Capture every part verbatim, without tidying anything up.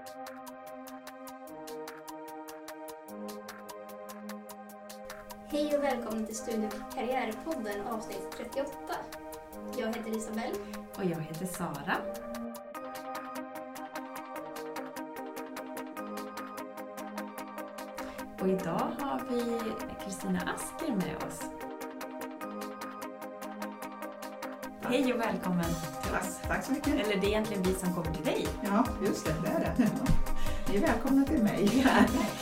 Hej och välkommen till Studio Karriärpodden avsnitt trettioåtta. Jag heter Isabel. Och jag heter Sara. Och idag har vi Kristina Asker med oss. Hej och välkommen till oss. Tack så mycket. Eller det är egentligen vi som kommer till dig. Ja, just det, det är det. Ni är välkomna till mig. Ja.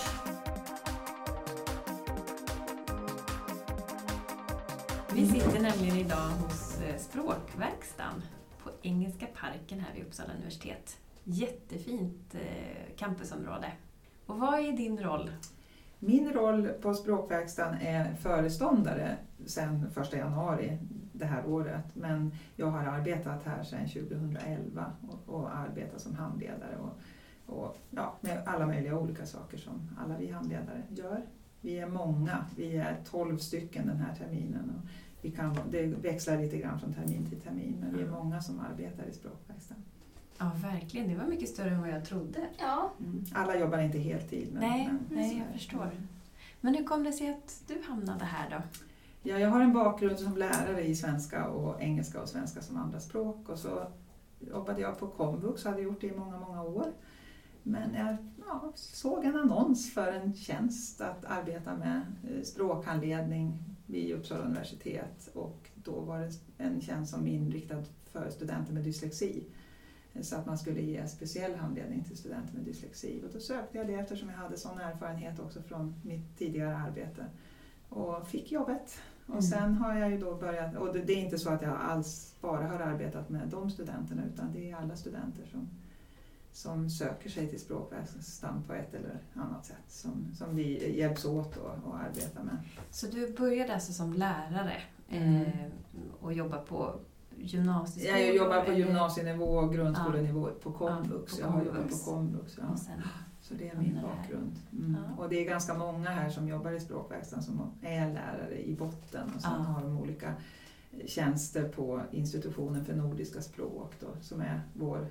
Vi sitter nämligen idag hos Språkverkstan på Engelska parken här vid Uppsala universitet. Jättefint campusområde. Och vad är din roll? Min roll på Språkverkstan är föreståndare sedan första januari det här året. Men jag har arbetat här sedan tjugohundraelva och, och arbetat som handledare och, och ja, med alla möjliga olika saker som alla vi handledare gör. Vi är många, vi är tolv stycken den här terminen. Och vi kan, det växlar lite grann från termin till termin, men vi är många som arbetar i Språkverkstan. Ja, verkligen. Det var mycket större än vad jag trodde. Ja. Mm. Alla jobbar inte heltid. Men, nej, men, nej jag förstår. Men hur kom det sig att du hamnade här då? Ja, jag har en bakgrund som lärare i svenska och engelska och svenska som andra språk. Och så jobbade jag på komvux och hade gjort det i många, många år. Men jag ja, såg en annons för en tjänst att arbeta med språkhandledning vid Uppsala universitet. Och då var det en tjänst som inriktad för studenter med dyslexi. Så att man skulle ge speciell handledning till studenter med dyslexi. Och då sökte jag det eftersom jag hade sån erfarenhet också från mitt tidigare arbete. Och fick jobbet. Och mm. sen har jag ju då börjat, och det, det är inte så att jag alls bara har arbetat med de studenterna, utan det är alla studenter som, som söker sig till Språkverkstan på ett eller annat sätt. Som, som vi hjälps åt och, och arbetar med. Så du började alltså som lärare mm. eh, och jobbar på gymnasieskolan? Jag jobbar på gymnasienivå och grundskolenivå ja. på komvux. Ja, på jag har jobbat på komvux. Ja. Sen, så det är min bakgrund. Mm. Ja. Och det är ganska många här som jobbar i Språkverkstan som är lärare i botten. Och sen ja. har de olika tjänster på institutionen för nordiska språk. Då, som är vår,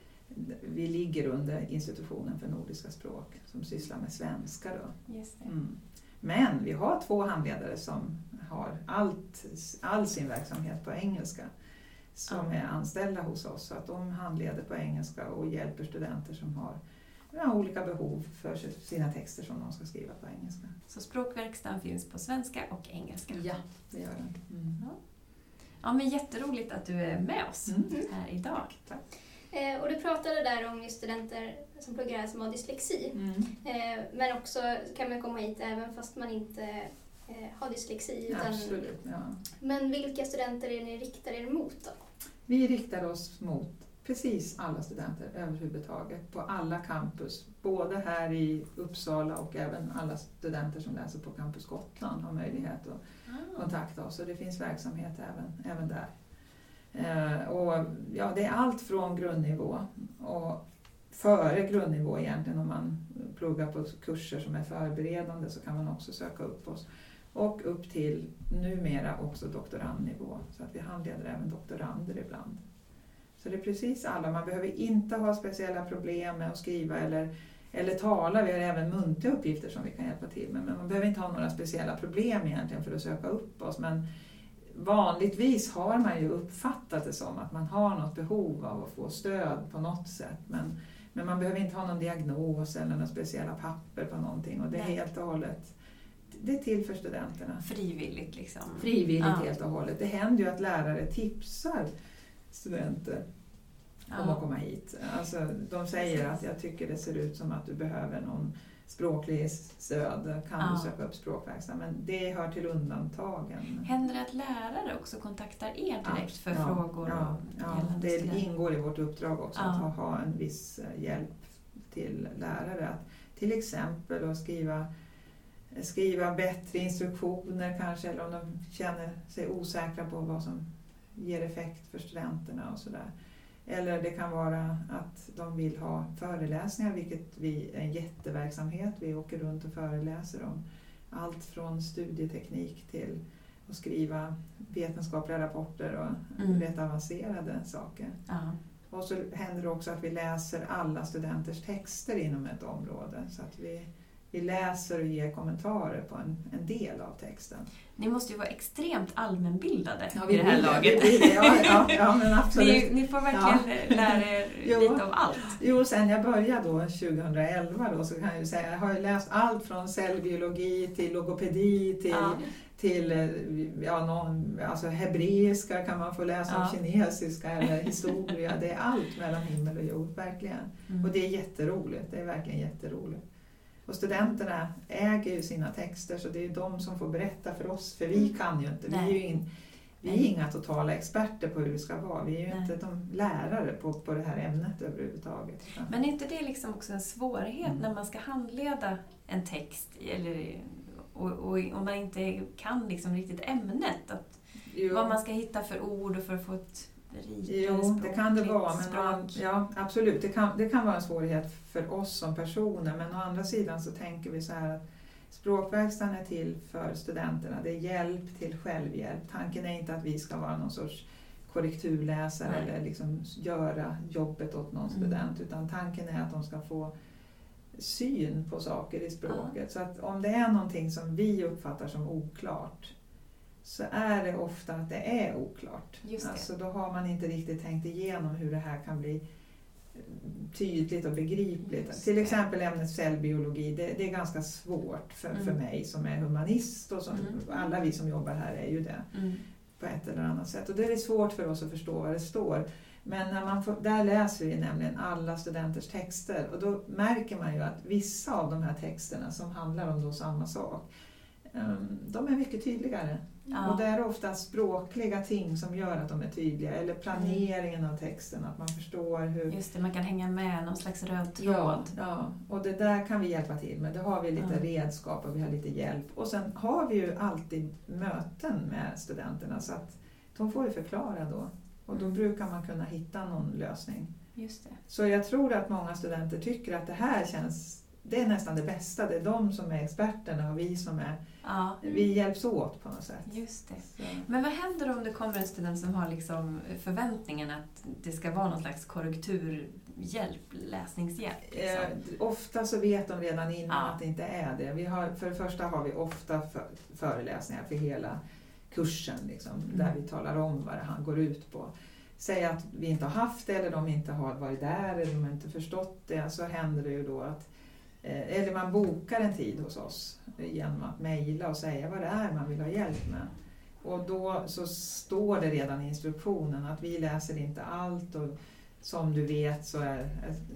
vi ligger under institutionen för nordiska språk som sysslar med svenska. Då. Just det. Mm. Men vi har två handledare som har allt, all sin verksamhet på engelska. Som ja. är anställda hos oss. Så att de handleder på engelska och hjälper studenter som har ja, olika behov för sina texter som de ska skriva på engelska. Så Språkverkstan finns på svenska och engelska? Ja, det gör den. Mm. Ja. ja, men jätteroligt att du är med oss mm. här idag. Tack. Eh, och du pratade där om just studenter som pluggar som har dyslexi. Mm. Eh, men också kan man komma hit även fast man inte eh, har dyslexi. Utan, Absolut, ja. Men vilka studenter är ni riktar er mot då? Vi riktar oss mot precis alla studenter överhuvudtaget på alla campus. Både här i Uppsala och även alla studenter som läser på Campus Gotland har möjlighet att ah. kontakta oss. Så det finns verksamhet även, även där. Eh, och ja, det är allt från grundnivå och före grundnivå egentligen. Om man pluggar på kurser som är förberedande så kan man också söka upp oss. Och upp till numera också doktorandnivå. Så att vi handleder även doktorander ibland. Så det är precis alla. Man behöver inte ha speciella problem med att skriva eller, eller tala. Vi har även muntliga uppgifter som vi kan hjälpa till med. Men man behöver inte ha några speciella problem egentligen för att söka upp oss. Men vanligtvis har man ju uppfattat det som att man har något behov av att få stöd på något sätt. Men, men man behöver inte ha någon diagnos eller några speciella papper på någonting. Och det är helt och hållet... Det är till för studenterna. Frivilligt liksom. Frivilligt ja. helt och hållet. Det händer ju att lärare tipsar studenter ja. om att komma hit. Alltså, de säger att jag tycker det ser ut som att du behöver någon språklig stöd. Kan ja. du söka upp Språkverkstan? Men det hör till undantagen. Händer det att lärare också kontaktar er direkt för ja. frågor? Ja, och ja. det studenter. ingår i vårt uppdrag också ja. att ha, ha en viss hjälp till lärare. Att till exempel att skriva skriva bättre instruktioner kanske, eller om de känner sig osäkra på vad som ger effekt för studenterna och sådär. Eller det kan vara att de vill ha föreläsningar, vilket vi är en jätteverksamhet. Vi åker runt och föreläser om allt från studieteknik till att skriva vetenskapliga rapporter och mm. rätt avancerade saker. Ja. Och så händer det också att vi läser alla studenters texter inom ett område. Så att vi, vi läser och ger kommentarer på en, en del av texten. Ni måste ju vara extremt allmänbildade ja, i det här det, laget. Vi det, ja, ja, ja, men absolut. Ni, ni får verkligen ja. lära er jo, lite om allt. Jo, sen jag började då tjugohundraelva då, så kan jag ju säga jag har ju läst allt från cellbiologi till logopedi till, ja. till ja, någon, alltså hebreiska kan man få läsa ja. om kinesiska eller historia. Det är allt mellan himmel och jord, verkligen. Mm. Och det är jätteroligt, det är verkligen jätteroligt. Och studenterna äger ju sina texter så det är ju de som får berätta för oss, för vi kan ju inte. Vi är ju in, vi är inga totala experter på hur det ska vara. Vi är ju Nej. inte de lärare på, på det här ämnet överhuvudtaget. Men är inte det liksom också en svårighet mm. när man ska handleda en text eller, och, och om man inte kan liksom riktigt ämnet? Att, vad man ska hitta för ord och för att få ett Jo, språk, det kan det vara. Men man, ja, absolut, det kan, det kan vara en svårighet för oss som personer. Men å andra sidan så tänker vi så här att språkverkstaden är till för studenterna. Det är hjälp till självhjälp. Tanken är inte att vi ska vara någon sorts korrekturläsare Nej. eller liksom göra jobbet åt någon mm. student. Utan tanken är att de ska få syn på saker i språket. Ja. Så att om det är någonting som vi uppfattar som oklart så är det ofta att det är oklart. Just det. Alltså då har man inte riktigt tänkt igenom hur det här kan bli tydligt och begripligt. Just Till exempel det. ämnet cellbiologi, det, det är ganska svårt för, mm. för mig som är humanist och som, mm. alla vi som jobbar här är ju det mm. på ett eller annat sätt. Och det är svårt för oss att förstå vad det står. Men när man får, där läser vi nämligen alla studenters texter och då märker man ju att vissa av de här texterna som handlar om då samma sak, de är mycket tydligare. Ja. Och det är ofta språkliga ting som gör att de är tydliga. Eller planeringen av texten, att man förstår hur... Just det, man kan hänga med någon slags röd tråd. Ja, ja, och det där kan vi hjälpa till med. Då har vi lite ja. redskap och vi har lite hjälp. Och sen har vi ju alltid möten med studenterna så att de får ju förklara då. Och då mm. brukar man kunna hitta någon lösning. Just det. Så jag tror att många studenter tycker att det här känns... Det är nästan det bästa. Det är de som är experterna och vi som är... Ja. Vi hjälps åt på något sätt. Just det. Så. Men vad händer om det kommer en student som har liksom förväntningen att det ska vara någon slags korrekturhjälp, läsningshjälp? Liksom? Eh, ofta så vet de redan innan ja. att det inte är det. Vi har, för det första har vi ofta för, föreläsningar för hela kursen. Liksom, mm. Där vi talar om vad han går ut på. Säg att vi inte har haft det eller de inte har varit där eller de inte förstått det. Så händer det ju då att eller man bokar en tid hos oss genom att mejla och säga vad det är man vill ha hjälp med. Och då så står det redan i instruktionen att vi läser inte allt och som du vet så är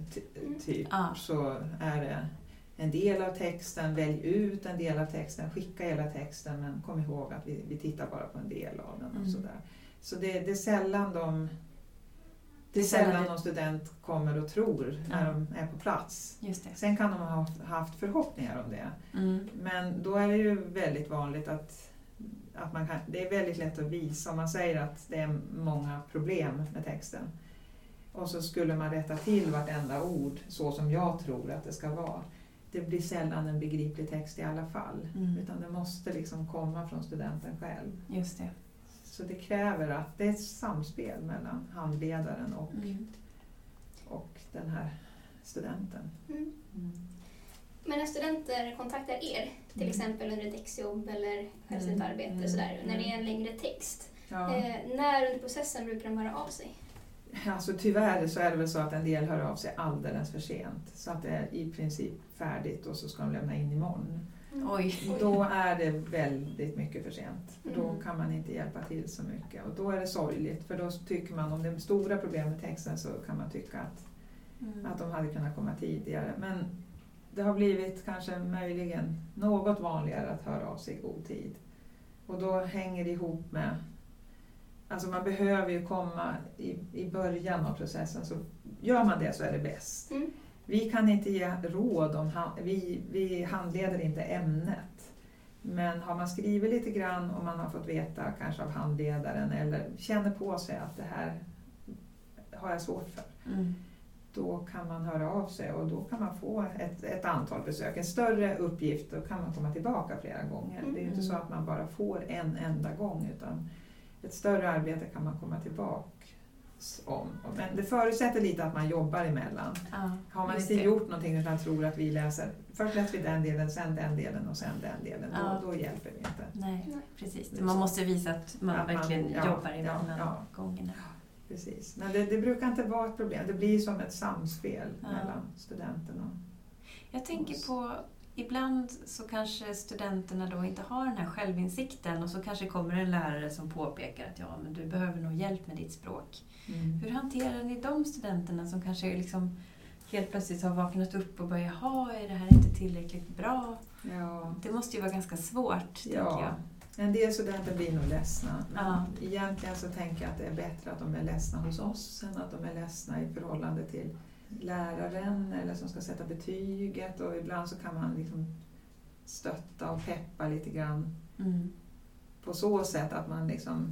typ ah. så är det en del av texten, välj ut en del av texten, skicka hela texten men kom ihåg att vi, vi tittar bara på en del av den och mm. sådär. Så det, det är sällan de Det är sällan någon student kommer och tror när ja. de är på plats. Just det. Sen kan de ha haft förhoppningar om det. Mm. Men då är det ju väldigt vanligt att, att man kan, det är väldigt lätt att visa. Om man säger att det är många problem med texten. Och så skulle man rätta till vartenda ord så som jag tror att det ska vara. Det blir sällan en begriplig text i alla fall. Mm. Utan det måste liksom komma från studenten själv. Just det. Så det kräver att det är ett samspel mellan handledaren och, mm. och den här studenten. Mm. Mm. Men när studenter kontaktar er, till mm. exempel under ett exjobb eller självständigt mm. arbete, mm. sådär, när det är en längre text, ja. eh, när under processen brukar de höra av sig? Alltså tyvärr så är det väl så att en del hör av sig alldeles för sent. Så att det är i princip färdigt och så ska de lämna in imorgon. Mm. Oj. Då är det väldigt mycket för sent. Mm. Då kan man inte hjälpa till så mycket. Och då är det sorgligt. För då tycker man, om det är stora problem med texten så kan man tycka att, mm. att de hade kunnat komma tidigare. Men det har blivit kanske möjligen något vanligare att höra av sig i god tid. Och då hänger det ihop med... Alltså man behöver ju komma i, i början av processen. Så gör man det så är det bäst. Mm. Vi kan inte ge råd om, vi, vi handleder inte ämnet. Men har man skrivit lite grann och man har fått veta kanske av handledaren eller känner på sig att det här har jag svårt för. Mm. Då kan man höra av sig och då kan man få ett, ett antal besök. En större uppgift, då kan man komma tillbaka flera gånger. Mm. Det är ju inte så att man bara får en enda gång utan ett större arbete kan man komma tillbaka behövs om. Men det förutsätter lite att man jobbar emellan. Ja, har man inte det. gjort någonting utan tror att vi läser, först läser vi den delen, sen den delen och sen den delen, Ja. då, då hjälper vi inte. Nej, precis. Det är Man så. måste visa att man Att man- verkligen ja, jobbar emellan ja, ja. gångerna. Precis. Men det, det brukar inte vara ett problem. Det blir som ett samspel Ja. mellan studenterna. Jag tänker på, ibland så kanske studenterna då inte har den här självinsikten och så kanske kommer en lärare som påpekar att ja, men du behöver nog hjälp med ditt språk. Mm. Hur hanterar ni de studenterna som kanske liksom helt plötsligt har vaknat upp och börjat, jaha, är det här inte tillräckligt bra? Ja. Det måste ju vara ganska svårt, tänker Ja. jag. En del studenter blir nog ledsna. Men Ja. egentligen så tänker jag att det är bättre att de är ledsna hos oss än att de är ledsna i förhållande till läraren eller som ska sätta betyget. Och ibland så kan man liksom stötta och peppa lite grann Mm. på så sätt att man liksom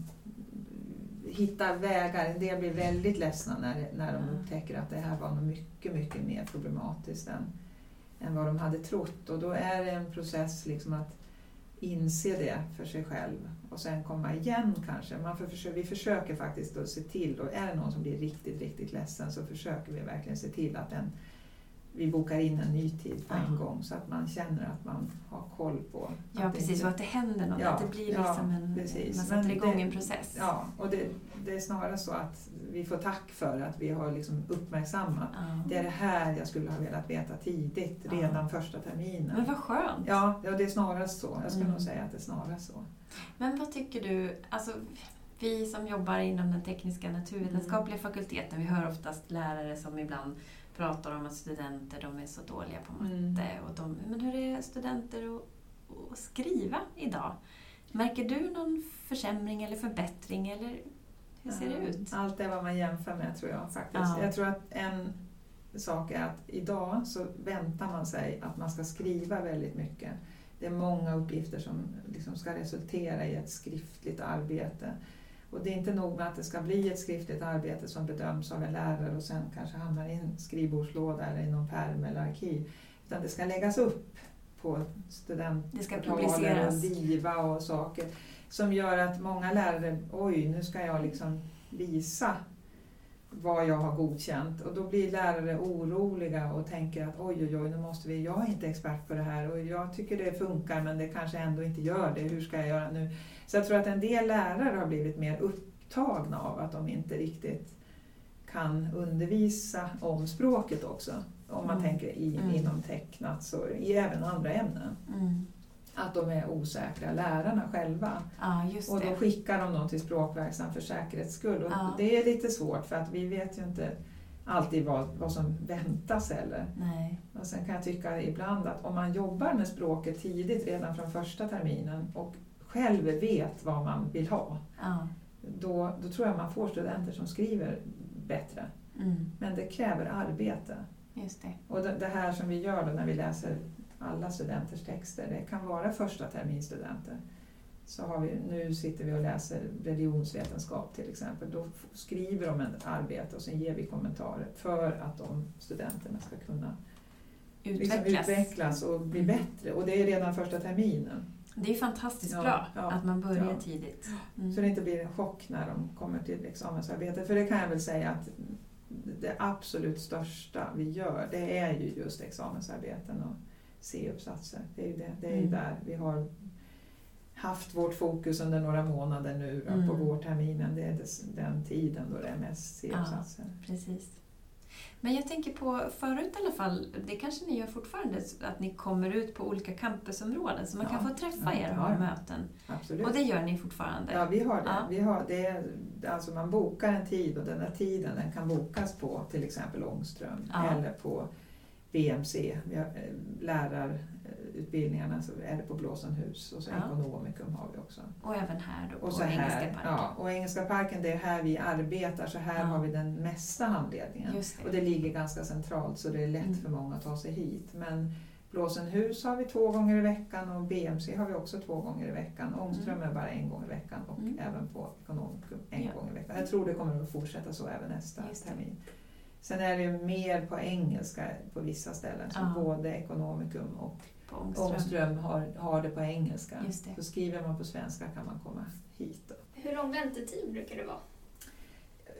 hittar vägar. En del blir väldigt ledsna när, när de Ja. upptäcker att det här var något mycket, mycket mer problematiskt än, än vad de hade trott. Och då är det en process liksom att inse det för sig själv och sen komma igen kanske. Man får försöka, vi försöker faktiskt att se till, och är det någon som blir riktigt, riktigt ledsen så försöker vi verkligen se till att den, vi bokar in en ny tid på en Ja. gång så att man känner att man har koll på. Ja, att det precis. inte- Och att det händer något. Ja, Att det blir ja, liksom en... precis. Man sätter Men igång det- en process. Ja, och det, det är snarare så att vi får tack för att vi har liksom uppmärksammat. Ja. Det är det här jag skulle ha velat veta tidigt, Ja. redan första terminen. Men vad skönt. Ja, ja, det är snarare så. Jag skulle Mm. nog säga att det är snarare så. Men vad tycker du, alltså vi som jobbar inom den tekniska naturvetenskapliga Mm. fakulteten, vi hör oftast lärare som ibland pratar om att studenter de är så dåliga på matte. Mm. Och de, men hur är studenter att, att skriva idag? Märker du någon försämring eller förbättring eller hur ser det ut? Allt är vad man jämför med tror jag faktiskt. Ja. Jag tror att en sak är att idag så väntar man sig att man ska skriva väldigt mycket. Det är många uppgifter som liksom ska resultera i ett skriftligt arbete. Och det är inte nog med att det ska bli ett skriftligt arbete som bedöms av en lärare och sen kanske hamnar i en skrivbordslåda eller i någon pärm eller arkiv. Utan det ska läggas upp på Det ska studentportaler publiceras. och Diva och saker. Som gör att många lärare, oj nu ska jag liksom visa vad jag har godkänt. Och då blir lärare oroliga och tänker att oj oj oj nu måste vi, jag är inte expert på det här och jag tycker det funkar men det kanske ändå inte gör det, hur ska jag göra nu? Så jag tror att en del lärare har blivit mer upptagna av att de inte riktigt kan undervisa om språket också. Om man Mm. tänker i, Mm. inom tecknat så i även andra ämnen. Mm. Att de är osäkra, lärarna själva. Ja, just Och då det. skickar de dem till språkverksam för säkerhets skull. Och Ja. det är lite svårt för att vi vet ju inte alltid vad, vad som väntas heller. Nej. Och sen kan jag tycka ibland att om man jobbar med språket tidigt redan från första terminen och själv vet vad man vill ha, Ja. då, då tror jag man får studenter som skriver bättre. Mm. Men det kräver arbete. Just det. Och det, det här som vi gör då när vi läser alla studenters texter, det kan vara första terminstudenter. Så har vi, nu sitter vi och läser religionsvetenskap till exempel. Då f- skriver de ett arbete och sen ger vi kommentarer för att de studenterna ska kunna liksom Utvecklas. utvecklas och bli Mm. bättre. Och det är redan första terminen. Det är fantastiskt Ja, bra ja, att man börjar ja. tidigt. Mm. Så det inte blir en chock när de kommer till examensarbete. För det kan jag väl säga att det absolut största vi gör, det är ju just examensarbeten och C-uppsatser. Det är ju, det, det är ju Mm. där vi har haft vårt fokus under några månader nu då, Mm. på vårterminen. Det är des- den tiden då det är mest C-uppsatser. Precis. Men jag tänker på, förut i alla fall, det kanske ni gör fortfarande, att ni kommer ut på olika campusområden så man Ja. kan få träffa Ja, er och ja, ha ja. möten. Absolut. Och det gör ni fortfarande? Ja, vi har det. Ja. Vi har det. Alltså man bokar en tid och den där tiden den kan bokas på till exempel Ångström Ja. eller på B M C. Vi har, eh, lärarutbildningarna så är det på Blåsenhus och så Ja. ekonomikum har vi också. Och även här då på Och så Engelska här, parken? ja, och Engelska parken det är här vi arbetar så här Ja. har vi den mesta handledningen. Just det. Och det ligger ganska centralt så det är lätt Mm. för många att ta sig hit. Men Blåsenhus har vi två gånger i veckan och B M C har vi också två gånger i veckan. Ångström Mm. är bara en gång i veckan och Mm. även på ekonomikum en Ja. gång i veckan. Jag tror det kommer att fortsätta så även nästa Just det. termin. Sen är det ju mer på engelska på vissa ställen. Så Ja. både ekonomikum och På Ångström. Ångström har, har det på engelska. Just det. Så skriver man på svenska kan man komma hit. Då. Hur lång väntetid brukar det vara?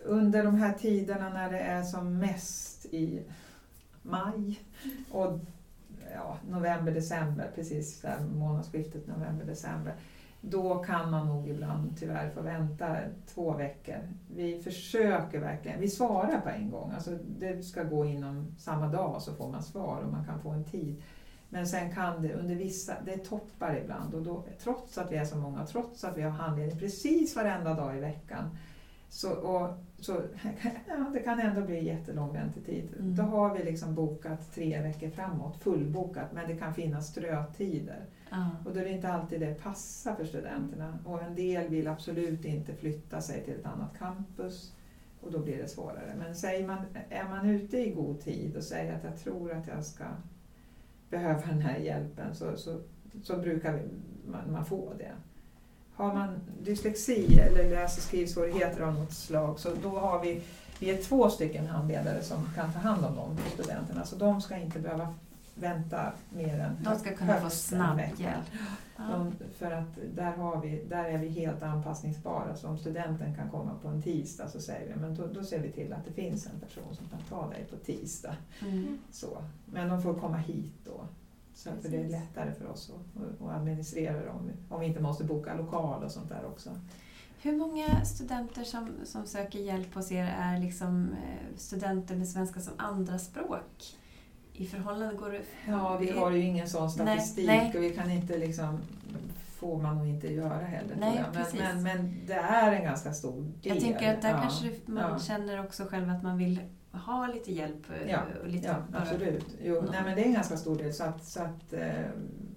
under de här tiderna när det är som mest i maj och ja, november, december, precis där månadsskiftet november, december, då kan man nog ibland tyvärr få vänta två veckor. Vi försöker verkligen, vi svarar på en gång, alltså det ska gå inom samma dag så får man svar och man kan få en tid. Men sen kan det under vissa, det toppar ibland och då, trots att vi är så många, trots att vi har handledning precis varenda dag i veckan, så, och, så ja, det kan ändå bli jättelång väntetid. Mm. Då har vi liksom bokat tre veckor framåt, fullbokat, men det kan finnas strötider. Ah. Och då är det inte alltid det passar för studenterna. Och en del vill absolut inte flytta sig till ett annat campus och då blir det svårare. Men säger man, är man ute i god tid och säger att jag tror att jag ska behöva den här hjälpen så, så, så brukar vi, man, man få det. Har man dyslexi eller läs- och skrivsvårigheter av något slag så då har vi, vi är två stycken handledare som kan ta hand om de studenterna. Så de ska inte behöva vänta mer än de ska kunna få snabb hjälp. Ja. De, för att där, har vi, där är vi helt anpassningsbara. Så om studenten kan komma på en tisdag så säger vi, men då, då ser vi till att det finns en person som kan ta dig på tisdag. Mm. Så. Men de får komma hit då. Så för det är lättare för oss att, att administrera det om, om vi inte måste boka lokal och sånt där också. Hur många studenter som, som söker hjälp hos er är liksom studenter med svenska som andra språk? I förhållande går det... Ja, vi har ju ingen sån statistik nej, nej. Och vi kan inte liksom... får man nog inte göra heller. Nej, men, men, men det är en ganska stor del. Jag tänker att där ja, kanske man ja. känner också själv att man vill ha lite hjälp. Ja, och lite ja bara, absolut. Jo, nej, men det är en ganska stor del. Så att, så att eh,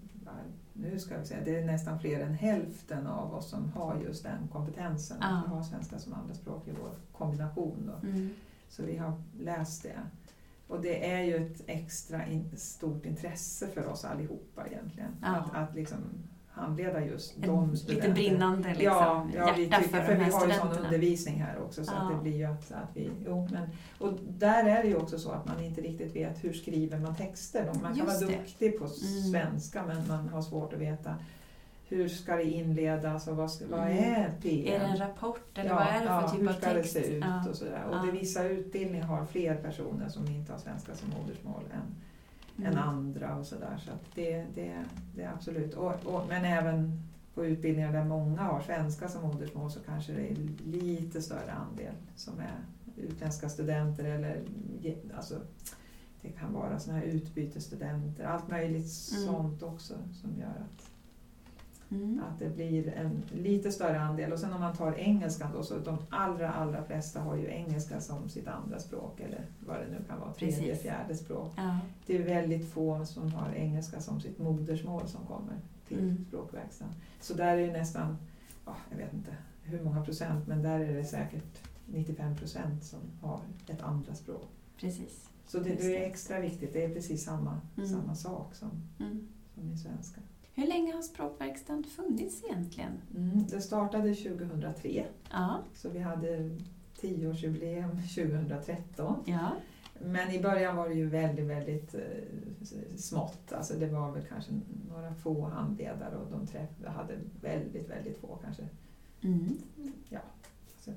nu ska vi säga, det är nästan fler än hälften av oss som har just den kompetensen. Ja. Att ha svenska som andraspråk i vår kombination. Då. Mm. Så vi har läst det. Och det är ju ett extra in, stort intresse för oss allihopa egentligen. Ja. Att, att liksom handleda just en, de studenter. Lite brinnande liksom, ja, ja, vi hjärta tycker, för, för de här vi har ju studenterna. sån undervisning här också så ja. att det blir ju att, att vi... Jo, men, och där är det ju också så att man inte riktigt vet hur skriver man texter. Man kan just vara det. duktig på svenska mm. men man har svårt att veta hur ska det inledas och vad, ska, vad är P M? Är det en rapport eller ja, vad är det för ja, typ av text? Hur ska det se ut ja. och sådär. Och ja. det, vissa utbildningar har fler personer som inte har svenska som modersmål än, mm. än andra och sådär. Så att det, det, det är absolut. Och, och, men även på utbildningar där många har svenska som modersmål så kanske det är lite större andel som är utländska studenter eller alltså, det kan vara såna här utbytesstudenter. Allt möjligt mm. sånt också som gör att Mm. att det blir en lite större andel. Och sen om man tar engelskan då, så de allra, allra flesta har ju engelska som sitt andra språk eller vad det nu kan vara, tredje, Precis. fjärde språk. Ja. Det är väldigt få som har engelska som sitt modersmål som kommer till mm. språkverkstaden. Så där är det nästan, ja, jag vet inte hur många procent, men där är det säkert nittiofem procent som har ett andra språk. Precis. Så det, det är extra viktigt, det är precis samma, mm. samma sak som, mm. som i svenska. Hur länge har språkverkstaden funnits egentligen? Mm, det startade tjugohundratre. Ja. Så vi hade tioårsjubileum tjugotretton. Ja. Men i början var det ju väldigt, väldigt eh, smått. Alltså det var väl kanske några få handledare och de träffade, hade väldigt, väldigt få kanske. Mm. Ja, alltså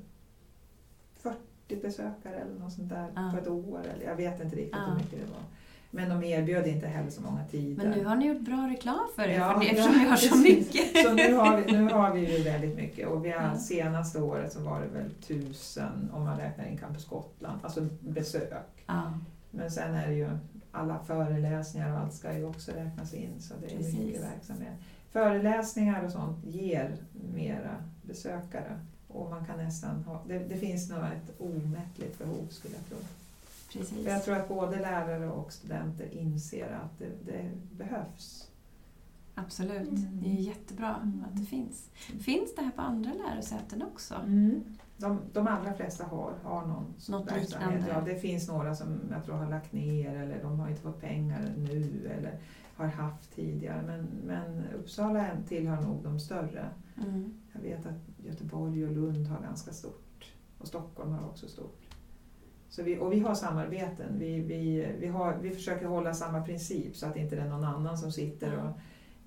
fyrtio besökare eller något sånt där ja. på ett år. Eller jag vet inte riktigt ja. hur mycket det var. Men de erbjöd inte heller så många tider. Men nu har ni gjort bra reklam för er, ja, för det, eftersom ni har så mycket. Så nu har vi, nu har vi ju väldigt mycket. Och vi har, ja. senaste året så var det väl tusen om man räknar in Campus Gotland. Alltså besök. Ja. Men sen är det ju alla föreläsningar och allt ska ju också räknas in. Så det är Precis. mycket verksamhet. Föreläsningar och sånt ger mera besökare. Och man kan nästan ha, det, det finns nog ett omättligt behov skulle jag tro. Precis. Jag tror att både lärare och studenter inser att det, det behövs. Absolut, mm. det är jättebra mm. att det finns. Finns det här på andra lärosäten också? Mm. De, de allra flesta har, har någon Något liknande. Ja, det finns några som jag tror har lagt ner eller de har inte fått pengar nu eller har haft tidigare. Men, men Uppsala tillhör nog de större. Mm. Jag vet att Göteborg och Lund har ganska stort och Stockholm har också stort. Så vi, och vi har samarbeten. Vi, vi, vi, har, vi försöker hålla samma princip så att inte det är någon annan som sitter och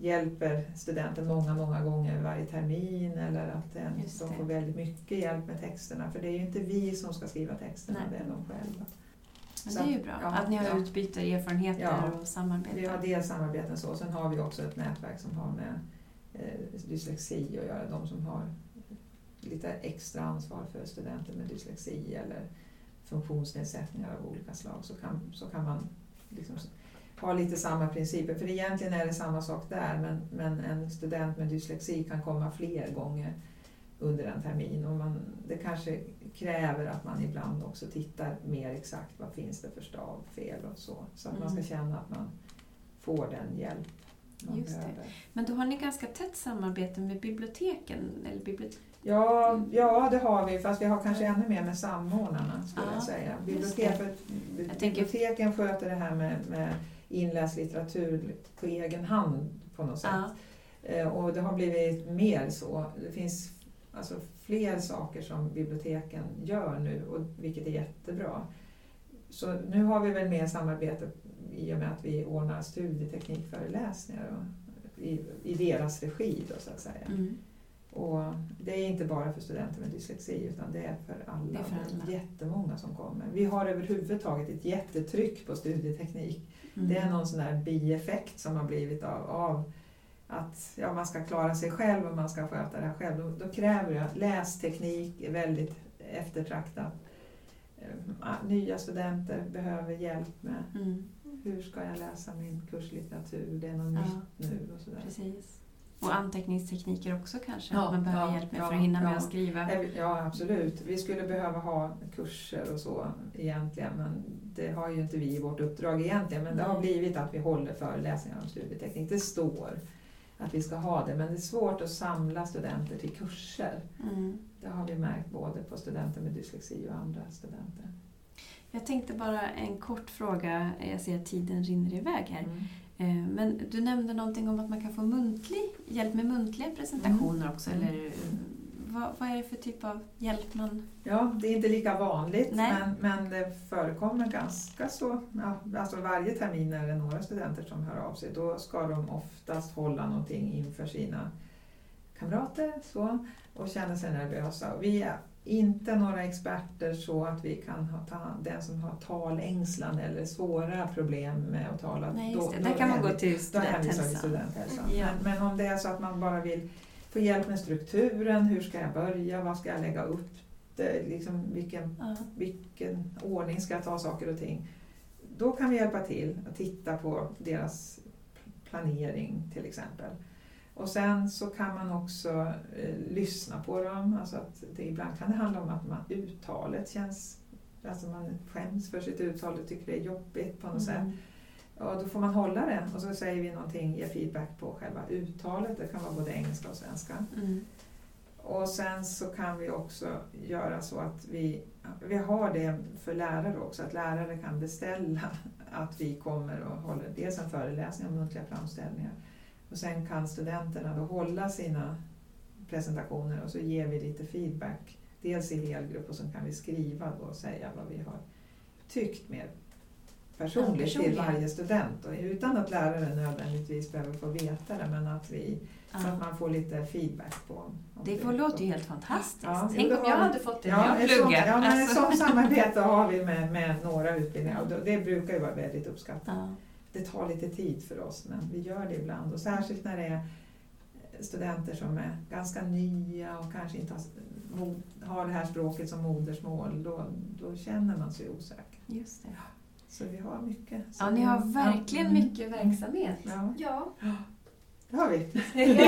hjälper studenten många, många gånger varje termin eller att den, de får väldigt mycket hjälp med texterna. För det är ju inte vi som ska skriva texterna, Nej. det är de själva. Men det är ju bra ja, att ni har ja. utbyte erfarenheter ja, och samarbete. Vi har dels samarbeten så. Sen har vi också ett nätverk som har med eh, dyslexi att göra. De som har lite extra ansvar för studenter med dyslexi eller funktionsnedsättningar av olika slag. Så kan, så kan man liksom ha lite samma principer. För egentligen är det samma sak där. Men, men en student med dyslexi kan komma fler gånger under en termin. Och man, det kanske kräver att man ibland också tittar mer exakt vad finns det för stavfel och så. Så att mm. man ska känna att man får den hjälp man Just behöver. Det. Men då har ni ganska tätt samarbete med biblioteken? Eller bibliotek- ja, ja, det har vi. Fast vi har kanske ännu mer med samordnarna skulle ja, jag säga. Bibliotek, för, jag biblioteken tänker... sköter det här med, med inläst litteratur på egen hand på något sätt. Ja. Och det har blivit mer så. Det finns alltså fler saker som biblioteken gör nu, och vilket är jättebra. Så nu har vi väl mer samarbete i och med att vi ordnar studieteknikföreläsningar och i, i deras regi då, så att säga. Mm. Och det är inte bara för studenter med dyslexi utan det är för alla. Det är för alla. Jättemånga som kommer. Vi har överhuvudtaget ett jättetryck på studieteknik. Mm. Det är någon sån där bieffekt som har blivit av, av att ja, man ska klara sig själv och man ska sköta det här själv. Då, då kräver det att lästeknik är väldigt eftertraktat. Nya studenter behöver hjälp med mm. hur ska jag läsa min kurslitteratur, det är något ja. nytt nu och sådär. Precis. Och anteckningstekniker också kanske, ja, att man behöver ja, hjälp med ja, för att hinna ja. med att skriva. Ja, absolut. Vi skulle behöva ha kurser och så egentligen, men det har ju inte vi i vårt uppdrag egentligen, men det har blivit att vi håller föreläsningar om studieteknik. Det står att vi ska ha det, men det är svårt att samla studenter till kurser. Mm. Det har vi märkt både på studenter med dyslexi och andra studenter. Jag tänkte bara en kort fråga, jag ser att tiden rinner iväg här. Mm. Men du nämnde någonting om att man kan få muntlig, hjälp med muntliga presentationer mm. också. Eller, vad, vad är det för typ av hjälp man... Ja, det är inte lika vanligt, men, men det förekommer ganska så. Ja, alltså varje termin är det några studenter som hör av sig. Då ska de oftast hålla någonting inför sina kamrater så, och känna sig nervösa. Vi är inte några experter så att vi kan ha ta, den som har talängslan eller svåra problem med att tala. Nej, just det. Då, där kan man gå till studenthälsan. studenthälsan. Ja. Men, men om det är så att man bara vill få hjälp med strukturen, hur ska jag börja, vad ska jag lägga upp, det, liksom vilken, ja. vilken ordning ska jag ta saker och ting. Då kan vi hjälpa till att titta på deras planering till exempel. Och sen så kan man också eh, lyssna på dem. Alltså att det, ibland kan det handla om att man, uttalet känns, alltså man skäms för sitt uttal och tycker det är jobbigt på något mm. sätt. Och då får man hålla det och så säger vi någonting, ger feedback på själva uttalet. Det kan vara både engelska och svenska. Mm. Och sen så kan vi också göra så att vi, vi har det för lärare också. Att lärare kan beställa att vi kommer och håller dels en föreläsning om muntliga framställningar. Och sen kan studenterna då hålla sina presentationer och så ger vi lite feedback. Dels i helgrupp och så kan vi skriva då och säga vad vi har tyckt mer personligt ja, till varje student. Och utan att läraren nödvändigtvis behöver få veta det, men att vi ja. så att man får lite feedback på. Det får låter ju helt fantastiskt. Ja, Tänk om jag hade fått det när ja, jag pluggade. Ja, men alltså. Som samarbete har vi med, med några utbildningar och det brukar ju vara väldigt uppskattat. Ja. Det tar lite tid för oss, men vi gör det ibland. Och särskilt när det är studenter som är ganska nya och kanske inte har, har det här språket som modersmål, då, då känner man sig osäker. Just det. Så vi har mycket. Ja, ni har verkligen mm. mycket verksamhet. Ja. ja. Det har vi. Ja.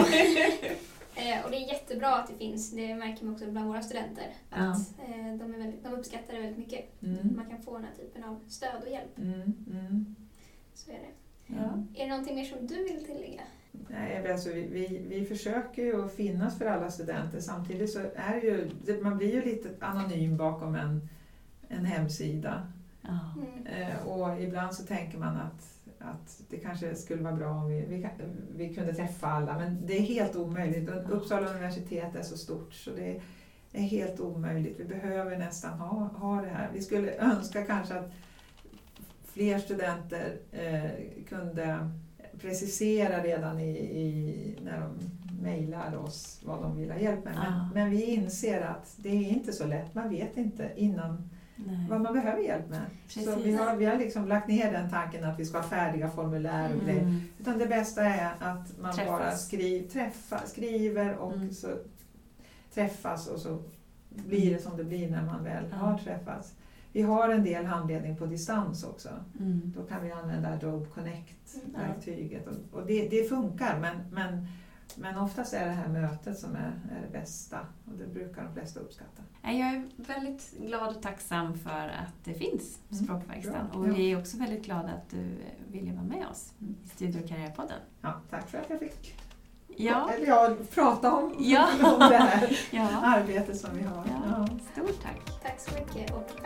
Eh, och det är jättebra att det finns, det märker man också bland våra studenter, att ja. eh, de, är väldigt, de uppskattar det väldigt mycket. Mm. Man kan få den här typen av stöd och hjälp. Mm. Mm. Så är det. Ja. Är det någonting mer som du vill tillägga? Nej, alltså vi, vi, vi försöker ju att finnas för alla studenter. Samtidigt så är ju, man blir ju lite anonym bakom en, en hemsida. Mm. Eh, och ibland så tänker man att, att det kanske skulle vara bra om vi, vi, vi kunde träffa alla. Men det är helt omöjligt. Uppsala universitet är så stort så det är helt omöjligt. Vi behöver nästan ha, ha det här. Vi skulle önska kanske att fler studenter eh, kunde precisera redan i, i, när de mejlar oss vad de vill ha hjälp med. Men, Ja. men vi inser att det är inte så lätt. Man vet inte innan Nej. vad man behöver hjälp med. Precis. Så vi har, vi har liksom lagt ner den tanken att vi ska ha färdiga formulär och grejer. Mm. Utan det bästa är att man Träffas. bara skriv, träffa, skriver och Mm. så träffas och så blir det som det blir när man väl Ja. har träffats. Vi har en del handledning på distans också. Mm. Då kan vi använda Adobe Connect-verktyget. Och, och det, det funkar, men, men, men oftast är det här mötet som är, är det bästa. Och det brukar de flesta uppskatta. Jag är väldigt glad och tacksam för att det finns Mm, Språkverkstan. bra. Och Ja. vi är också väldigt glada att du ville vara med oss i Studie- och karriärpodden. Ja, tack för att jag fick Ja, eller jag, prata om, Ja. om det här ja. arbetet som vi har. ja. Ja. Stort tack. Tack så mycket och